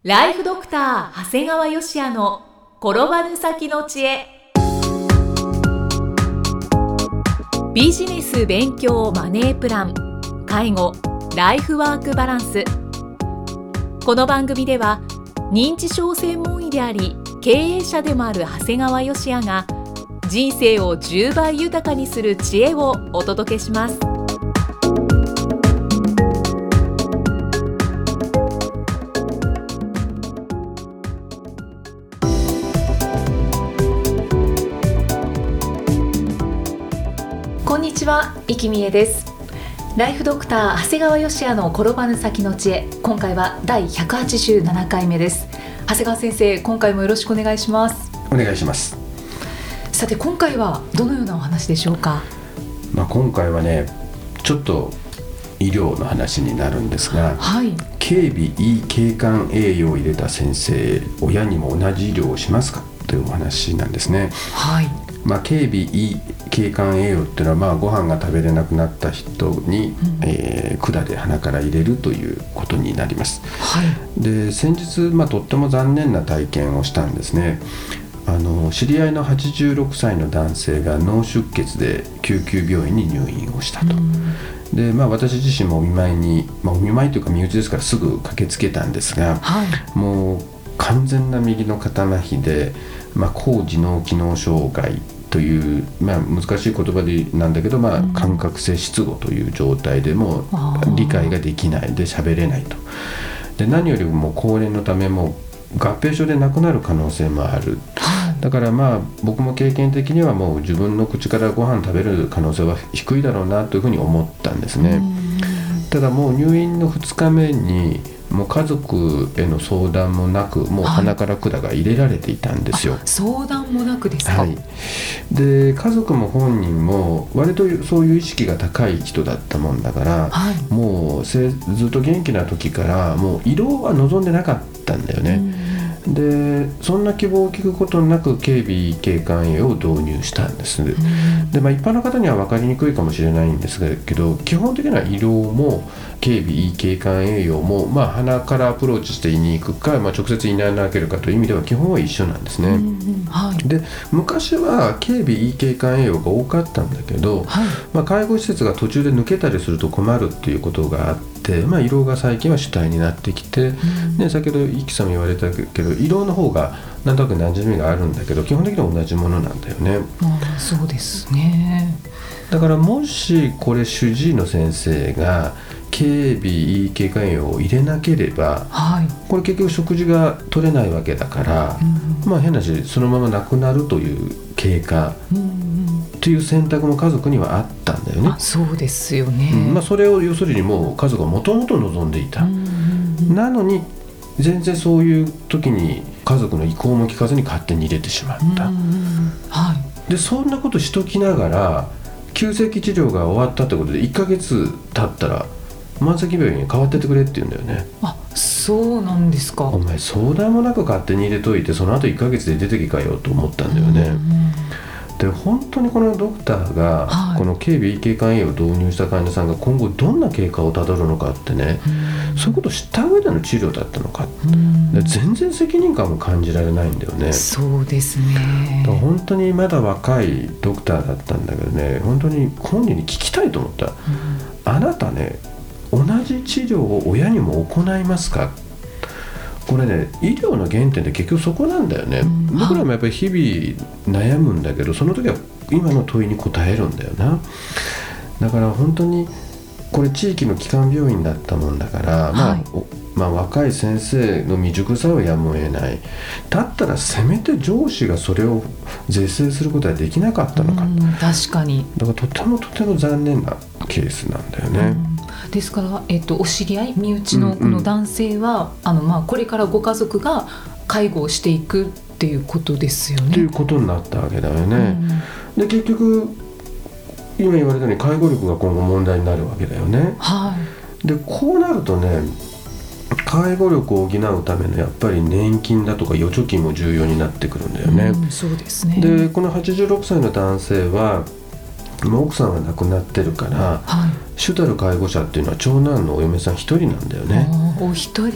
ライフドクター長谷川芳也の転ばぬ先の知恵。ビジネス勉強マネープラン、介護、ライフワークバランス。この番組では認知症専門医であり経営者でもある長谷川芳也が人生を10倍豊かにする知恵をお届けします。こんにちは、生きみえです。ライフドクター長谷川芳也の転ばぬ先の知恵、今回は第187回目です。長谷川先生、今回もよろしくお願いします。 お願いします。 さて、今回はどのようなお話でしょうか。 今回はね、ちょっと医療の話になるんですが、軽微医経管栄養を入れた先生、親にも同じ医療をしますかというお話なんですね。軽微医経管栄養っていうのは、ご飯が食べれなくなった人に、管で鼻から入れるということになります。で、先日、とっても残念な体験をしたんですね。知り合いの86歳の男性が脳出血で救急病院に入院をしたと。で、私自身もお見舞いに、お見舞いというか身内ですからすぐ駆けつけたんですが、もう完全な右の肩麻痺で、高次脳機能障害という、難しい言葉でなんだけど、感覚性失語という状態でもう理解ができないで喋れないと。で、何よりも高齢のためもう合併症で亡くなる可能性もある。だから僕も経験的にはもう自分の口からご飯食べる可能性は低いだろうなというふうに思ったんですね。ただもう入院の2日目にもう家族への相談もなく、もう鼻から管が入れられていたんですよ。 相談もなくですか。 で、家族も本人も割とそういう意識が高い人だったもんだから、もうずっと元気な時からもう胃ろうは望んでなかったんだよね。で、そんな希望を聞くことなく軽微医経管栄養を導入したんです。で、一般の方には分かりにくいかもしれないんですけど、基本的な胃ろうも軽微医経管栄養も、鼻からアプローチして胃に行くか、直接胃に穴開けるかという意味では基本は一緒なんですね。で、昔は軽微医経管栄養が多かったんだけど、介護施設が途中で抜けたりすると困るっていうことがあって、胃ろうが最近は主体になってきて、先ほどイキさんも言われたけど、胃ろうの方がなんとなく馴染みがあるんだけど、基本的には同じものなんだよね。 そうですね。 だからもしこれ主治医の先生が軽微医経管栄養を入れなければ、これ結局食事が取れないわけだから、変な話、そのまま亡くなるという経過という選択も家族にはあったんだよね。 そうですよね。 それを要するにもう家族がもともと望んでいた。なのに全然そういう時に家族の意向も聞かずに勝手に入れてしまった。で、そんなことしときながら急性期治療が終わったってことで1ヶ月経ったら満席病院に変わっててくれって言うんだよね。 そうなんですか。 お前相談もなく勝手に入れといて、その後1ヶ月で出てきかよと思ったんだよね。で、本当にこのドクターがこの軽微医経管栄養を導入した患者さんが今後どんな経過をたどるのかってね、そういうことを知った上での治療だったのか、全然責任感も感じられないんだよね。 そうですね。 だから本当にまだ若いドクターだったんだけどね、本当に本人に聞きたいと思った。あなたね、同じ治療を親にも行いますか。これね、医療の原点って結局そこなんだよね。僕らもやっぱり日々悩むんだけど、その時は今の問いに答えるんだよな。だから本当にこれ地域の基幹病院だったもんだから、若い先生の未熟さはやむを得ない。だったらせめて上司がそれを是正することはできなかったのか。 確かに。 だからとても残念なケースなんだよね。 ですから、お知り合い、身内のこの男性は、これからご家族が介護をしていくっていうことですよね。 ということになったわけだよね。で、結局今言われたように介護力が今後問題になるわけだよね。で、こうなるとね、介護力を補うためのやっぱり年金だとか預貯金も重要になってくるんだよね。 そうですね。 で、この86歳の男性は奥さんが亡くなってるから、主たる介護者っていうのは長男のお嫁さん一人なんだよね。 お一人。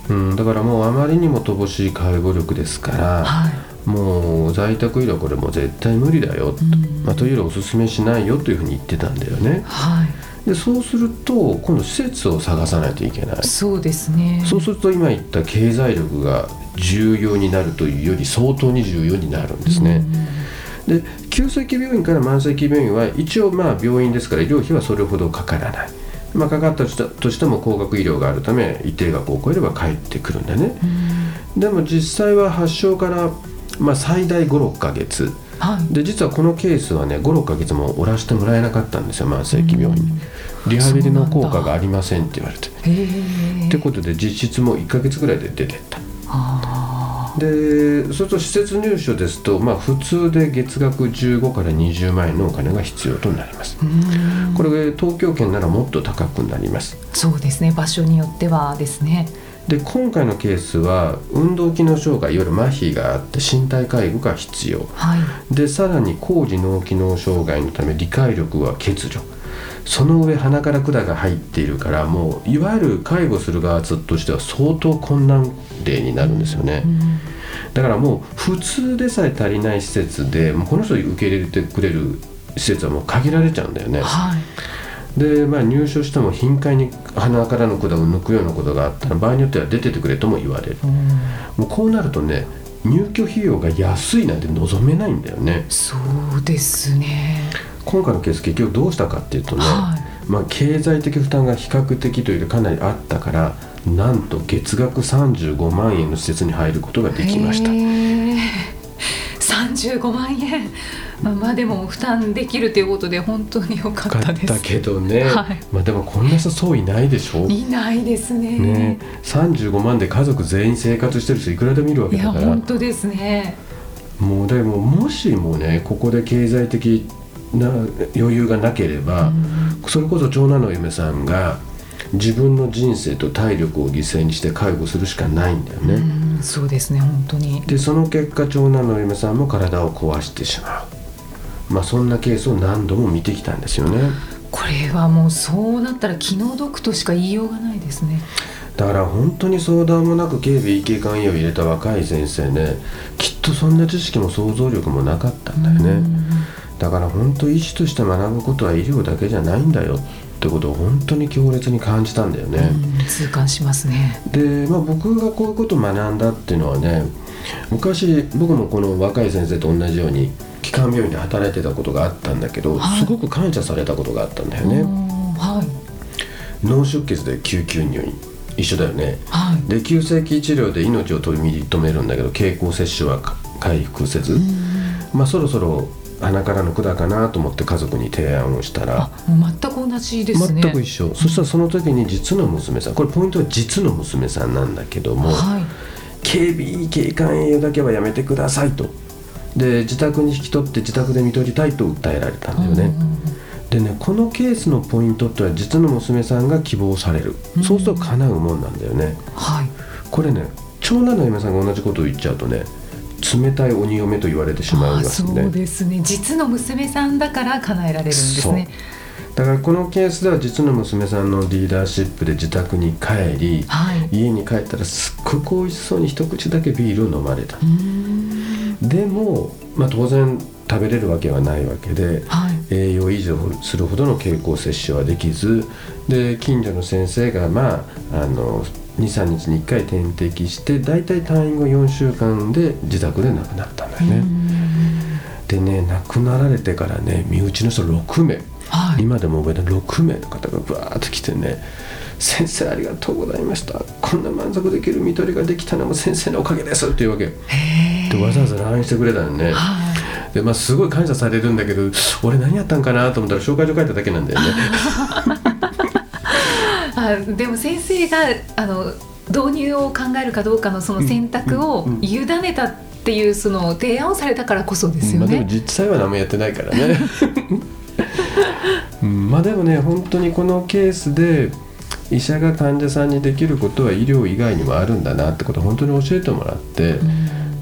だからもうあまりにも乏しい介護力ですから、はい、もう在宅医療これもう絶対無理だよ、というよりお勧めしないよというふうに言ってたんだよね、はい、でそうすると今度施設を探さないといけない。 そうですね。 そうすると今言った経済力が重要になるというより相当に重要になるんですね、で急性期病院から慢性期病院は一応病院ですから医療費はそれほどかからない、かかったとしても高額医療があるため一定額を超えれば返ってくるんだね、でも実際は発症から最大 5,6 ヶ月、はい、で実はこのケースはね 5,6 ヶ月もおらしてもらえなかったんですよ、慢性期病院に。リハビリの効果がありませんって言われて、ってことで実質も1ヶ月ぐらいで出てった。でそうすると施設入所ですと、普通で月額15から20万円のお金が必要となります。これ東京圏ならもっと高くなります。 そうですね、場所によってはですね。 で今回のケースは運動機能障害いわゆる麻痺があって身体介護が必要、はい、でさらに高次脳機能障害のため理解力は欠如、その上鼻から管が入っているからもういわゆる介護する側としては相当困難例になるんですよね、だからもう普通でさえ足りない施設でもうこの人を受け入れてくれる施設はもう限られちゃうんだよね、はい、で入所しても頻回に鼻からの管を抜くようなことがあったら場合によっては出ててくれとも言われる、もうこうなるとね入居費用が安いなんて望めないんだよね。 そうですね。 今回のケース結局どうしたかっていうとね、はい、経済的負担が比較的というかかなりあったからなんと月額35万円の施設に入ることができました。 35万円、でも負担できるということで本当に良かったです。 だけどね、はい、でもこんな人そういないでしょ。 いないです ね。 35万で家族全員生活してる人いくらでもいるわけだから。 いや本当ですね。 もうでももしもねここで経済的な余裕がなければ、それこそ長男の嫁さんが自分の人生と体力を犠牲にして介護するしかないんだよね。 そうですね本当に。 でその結果長男の嫁さんも体を壊してしまう、そんなケースを何度も見てきたんですよね。 これはもうそうなったら気の毒としか言いようがないですね。 だから本当に相談もなく警備医系管医を入れた若い先生ね、きっとそんな知識も想像力もなかったんだよね。だから本当医師として学ぶことは医療だけじゃないんだよってことを本当に強烈に感じたんだよね。 痛感しますね。 で、僕がこういうことを学んだっていうのはね、昔僕もこの若い先生と同じように基幹病院で働いてたことがあったんだけど、すごく感謝されたことがあったんだよね。脳出血で救急入院一緒だよね、で急性期治療で命を取り留めるんだけど経口摂取は回復せず、そろそろ鼻からの管かなと思って家族に提案をしたら、 もう全く同じですね。 全く一緒、そしたらその時に実の娘さん、これポイントは実の娘さんなんだけども、警備医経管栄養だけはやめてくださいと、で自宅に引き取って自宅で看取りたいと訴えられたんだよね。でね、このケースのポイントっては実の娘さんが希望される、そうすると叶うもんなんだよね、これね長男の嫁さんが同じことを言っちゃうとね冷たい鬼嫁と言われてしまいますね。 そうですね、実の娘さんだから叶えられるんですね。 だからこのケースでは実の娘さんのリーダーシップで自宅に帰り、家に帰ったらすっごく美味しそうに一口だけビールを飲まれた。でも、当然食べれるわけはないわけで、栄養維持するほどの経口摂取はできず、で近所の先生が2、3日に1回点滴してだいたい退院後4週間で自宅で亡くなったんだよね。でね、亡くなられてからね身内の人6名、今でも覚えてる6名の方がバーッと来てね、先生ありがとうございました、こんな満足できる看取りができたのも先生のおかげですっていうわけで、わざわざ LINE してくれたのね。ですごい感謝されるんだけど、俺何やったんかなと思ったら紹介状書いただけなんだよね。 でも先生が導入を考えるかどうかのその選択を委ねたっていうその提案をされたからこそですよね。 でも実際は何もやってないからね。でもね本当にこのケースで医者が患者さんにできることは医療以外にもあるんだなってことを本当に教えてもらって、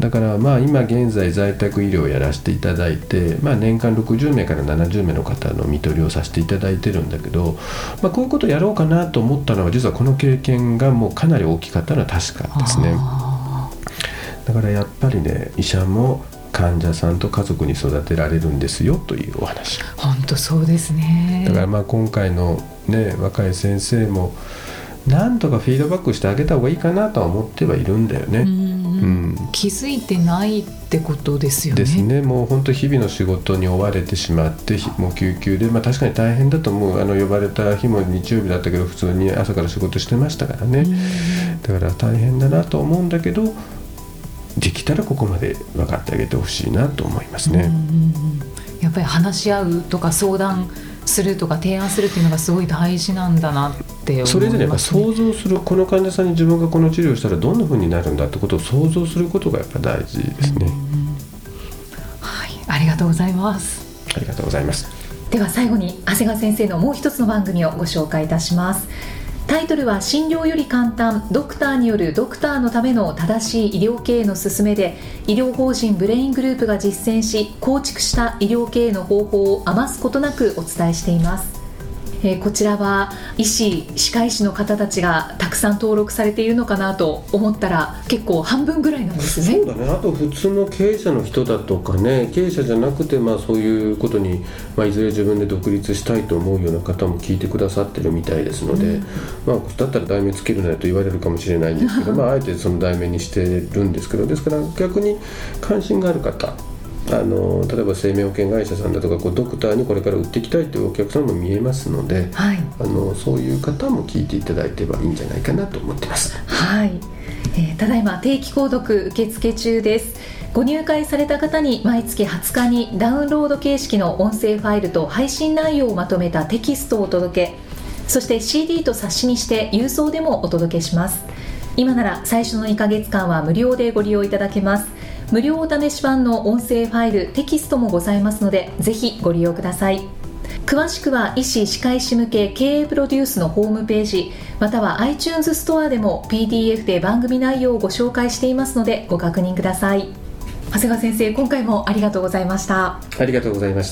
だから今現在在宅医療をやらせていただいて、年間60名から70名の方の看取りをさせていただいてるんだけど、こういうことをやろうかなと思ったのは実はこの経験がもうかなり大きかったのは確かですね。だからやっぱりね、医者も患者さんと家族に育てられるんですよというお話。 本当そうですね。 だから今回のね、若い先生もなんとかフィードバックしてあげた方がいいかなとは思ってはいるんだよね。 気づいてないってことですよね。 ですね。もう本当日々の仕事に追われてしまってもう救急で、確かに大変だと思う。呼ばれた日も日曜日だったけど普通に朝から仕事してましたからね。だから大変だなと思うんだけど、できたらここまで分かってあげてほしいなと思いますね。 やっぱり話し合うとか相談するとか提案するっていうのがすごい大事なんだなって思いますね。 それぞれやっぱ想像する、この患者さんに自分がこの治療をしたらどんな風になるんだってことを想像することがやっぱ大事ですね。 はい、ありがとうございます。 ありがとうございます。 では最後に長谷川先生のもう一つの番組をご紹介いたします。タイトルは診療より簡単、ドクターによるドクターのための正しい医療経営の勧めで、医療法人ブレイングループが実践し構築した医療経営の方法を余すことなくお伝えしています。こちらは医師、歯科医師の方たちがたくさん登録されているのかなと思ったら結構半分ぐらいなんですね。 そうだね。あと普通の経営者の人だとかね、経営者じゃなくてそういうことに、いずれ自分で独立したいと思うような方も聞いてくださってるみたいですので、だったら題名つけるなよと言われるかもしれないんですけどあえてその題名にしてるんですけど、ですから逆に関心がある方、例えば生命保険会社さんだとかドクターにこれから売っていきたいというお客さんも見えますので、そういう方も聞いていただいてはいいんじゃないかなと思ってます。 はい、ただいま定期購読受付中です。ご入会された方に毎月20日にダウンロード形式の音声ファイルと配信内容をまとめたテキストをお届け、そして CD と冊子にして郵送でもお届けします。今なら最初の2ヶ月間は無料でご利用いただけます。無料お試し版の音声ファイル、テキストもございますのでぜひご利用ください。詳しくは医師・歯科医師向け経営プロデュースのホームページ、または iTunes ストアでも PDF で番組内容をご紹介していますのでご確認ください。長谷川先生、今回もありがとうございました。 ありがとうございました。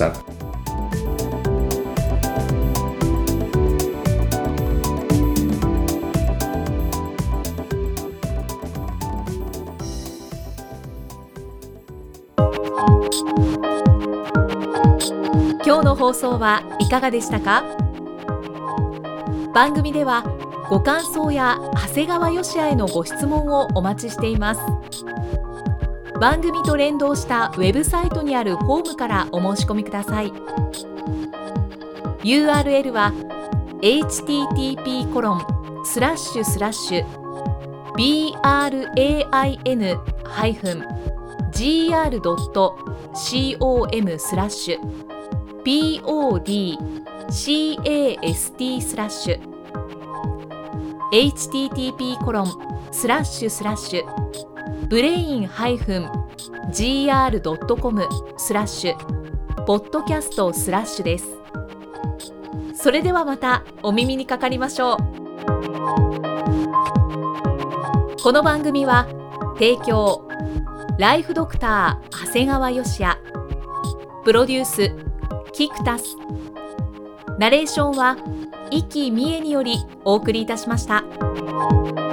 今日の放送はいかがでしたか？番組ではご感想や長谷川芳也へのご質問をお待ちしています。番組と連動したウェブサイトにあるフォームからお申し込みください。 URL は http://brain-gr.com/podcast/ です。それではまたお耳にかかりましょう。この番組は提供ライフドクター長谷川芳也、プロデュースキクタス、ナレーションは生きみえによりお送りいたしました。